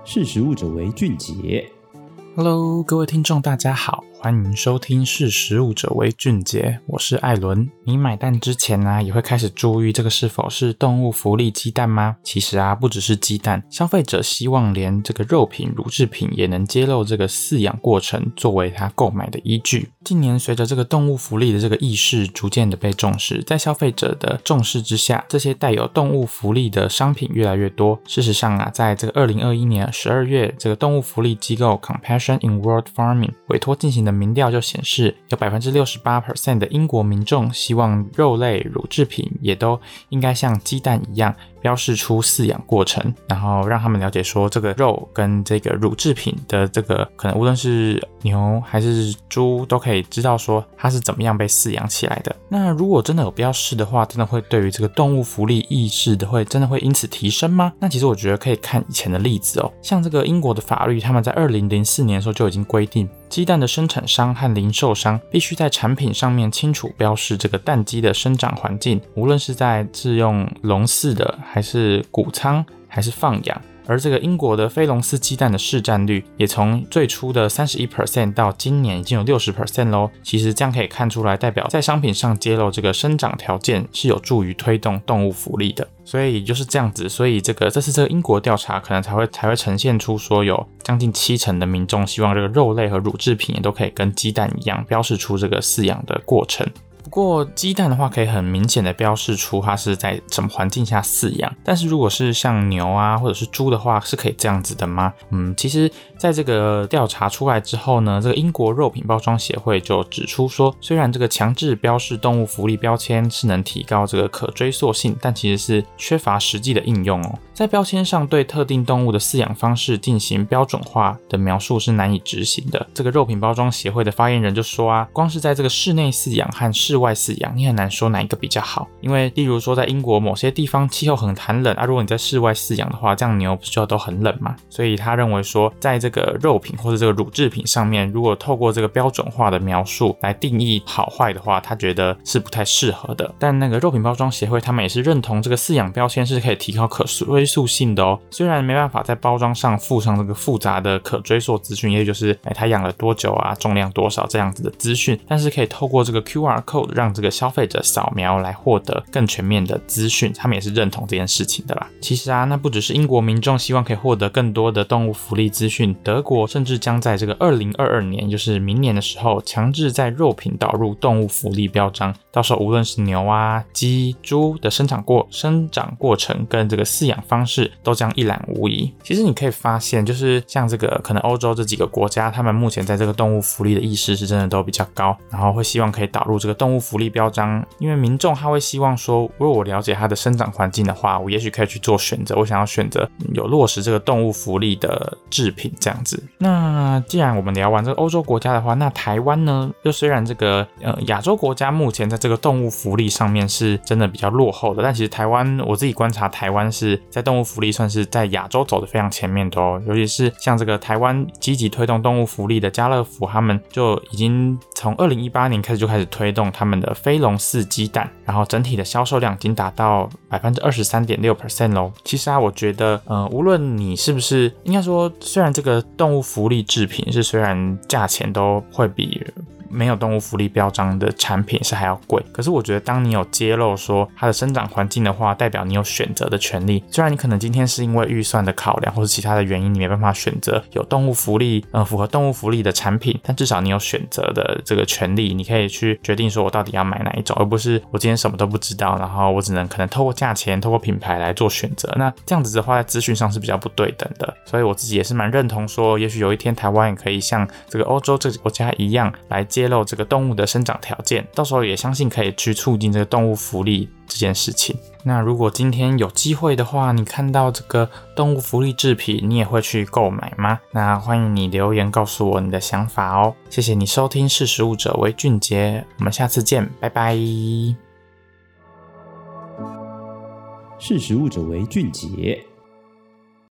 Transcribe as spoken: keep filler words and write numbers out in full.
识时务者为俊杰。 Hello， 各位听众大家好，欢迎收听识时务者为俊杰，我是艾伦。你买蛋之前啊，也会开始注意这个是否是动物福利鸡蛋吗？其实啊，不只是鸡蛋，消费者希望连这个肉品、乳制品也能揭露这个饲养过程，作为他购买的依据。近年随着这个动物福利的这个意识逐渐的被重视，在消费者的重视之下，这些带有动物福利的商品越来越多。事实上啊，在这个二零二一年十二月，这个动物福利机构 Compassion in World Farming 委托进行的民调就显示，有 百分之六十八 的英国民众希望肉类、乳制品也都应该像鸡蛋一样标示出饲养过程，然后让他们了解说这个肉跟这个乳制品的这个可能无论是牛还是猪都可以知道说它是怎么样被饲养起来的。那如果真的有标示的话，真的会对于这个动物福利意识的会真的会因此提升吗？那其实我觉得可以看以前的例子哦，像这个英国的法律，他们在二零零四年的时候就已经规定，鸡蛋的生产商和零售商必须在产品上面清楚标示这个蛋鸡的生长环境，无论是在是用笼饲的还是谷仓还是放养。而这个英国的非笼饲鸡蛋的市占率也从最初的 百分之三十一 到今年已经有 百分之六十 咯。其实这样可以看出来，代表在商品上揭露这个生长条件是有助于推动动物福利的。所以就是这样子，所以这个这次这个英国调查可能才会才会呈现出说有将近七成的民众希望这个肉类和乳制品也都可以跟鸡蛋一样标示出这个饲养的过程。不过鸡蛋的话可以很明显的标示出它是在什么环境下饲养，但是如果是像牛啊或者是猪的话，是可以这样子的吗？嗯，其实在这个调查出来之后呢，这个英国肉品包装协会就指出说，虽然这个强制标示动物福利标签是能提高这个可追溯性，但其实是缺乏实际的应用哦。在标签上对特定动物的饲养方式进行标准化的描述是难以执行的。这个肉品包装协会的发言人就说啊，光是在这个室内饲养和室外饲养，你很难说哪一个比较好，因为例如说在英国某些地方气候很寒冷啊，如果你在室外饲养的话，这样牛不就都很冷嘛？所以他认为说，在这个肉品或者这个乳制品上面，如果透过这个标准化的描述来定义好坏的话，他觉得是不太适合的。但那个肉品包装协会他们也是认同这个饲养标签是可以提高可追溯性的哦，虽然没办法在包装上附上这个复杂的可追溯资讯，也就是哎它养了多久啊，重量多少这样子的资讯，但是可以透过这个 Q R code 让这个消费者扫描来获得更全面的资讯，他们也是认同这件事情的啦。其实啊，那不只是英国民众希望可以获得更多的动物福利资讯，德国甚至将在这个二零二二年，就是明年的时候，强制在肉品导入动物福利标章，到时候无论是牛啊、鸡、猪的生长过生长过程跟这个饲养方式都将一览无遗。其实你可以发现，就是像这个可能欧洲这几个国家，他们目前在这个动物福利的意识是真的都比较高，然后会希望可以导入这个动物福利标章，因为民众他会希望说，如果我了解它的生长环境的话，我也许可以去做选择，我想要选择有落实这个动物福利的制品这样子。那既然我们聊完这个欧洲国家的话，那台湾呢，就虽然这个呃亚洲国家目前在这个动物福利上面是真的比较落后的，但其实台湾我自己观察，台湾是在动物福利算是在亚洲走得非常前面的哦，尤其是像这个台湾积极推动动物福利的家乐福，他们就已经从二零一八年开始就开始推动他们的非笼饲鸡蛋，然后整体的销售量已经达到 百分之二十三点六 咯。其实啊，我觉得呃，无论你是不是，应该说虽然这个动物福利制品是虽然价钱都会比没有动物福利标章的产品是还要贵，可是我觉得当你有揭露说它的生长环境的话，代表你有选择的权利。虽然你可能今天是因为预算的考量或是其他的原因，你没办法选择有动物福利呃符合动物福利的产品，但至少你有选择的这个权利，你可以去决定说我到底要买哪一种，而不是我今天什么都不知道，然后我只能可能透过价钱透过品牌来做选择。那这样子的话在资讯上是比较不对等的，所以我自己也是蛮认同说，也许有一天台湾也可以像这个欧洲这个国家一样来揭露这个动物的生长条件，到时候也相信可以去促进这个动物福利这件事情。那如果今天有机会的话，你看到这个动物福利制品，你也会去购买吗？那欢迎你留言告诉我你的想法哦。谢谢你收听识时务者为俊杰，我们下次见，拜拜。 识时务者为俊杰。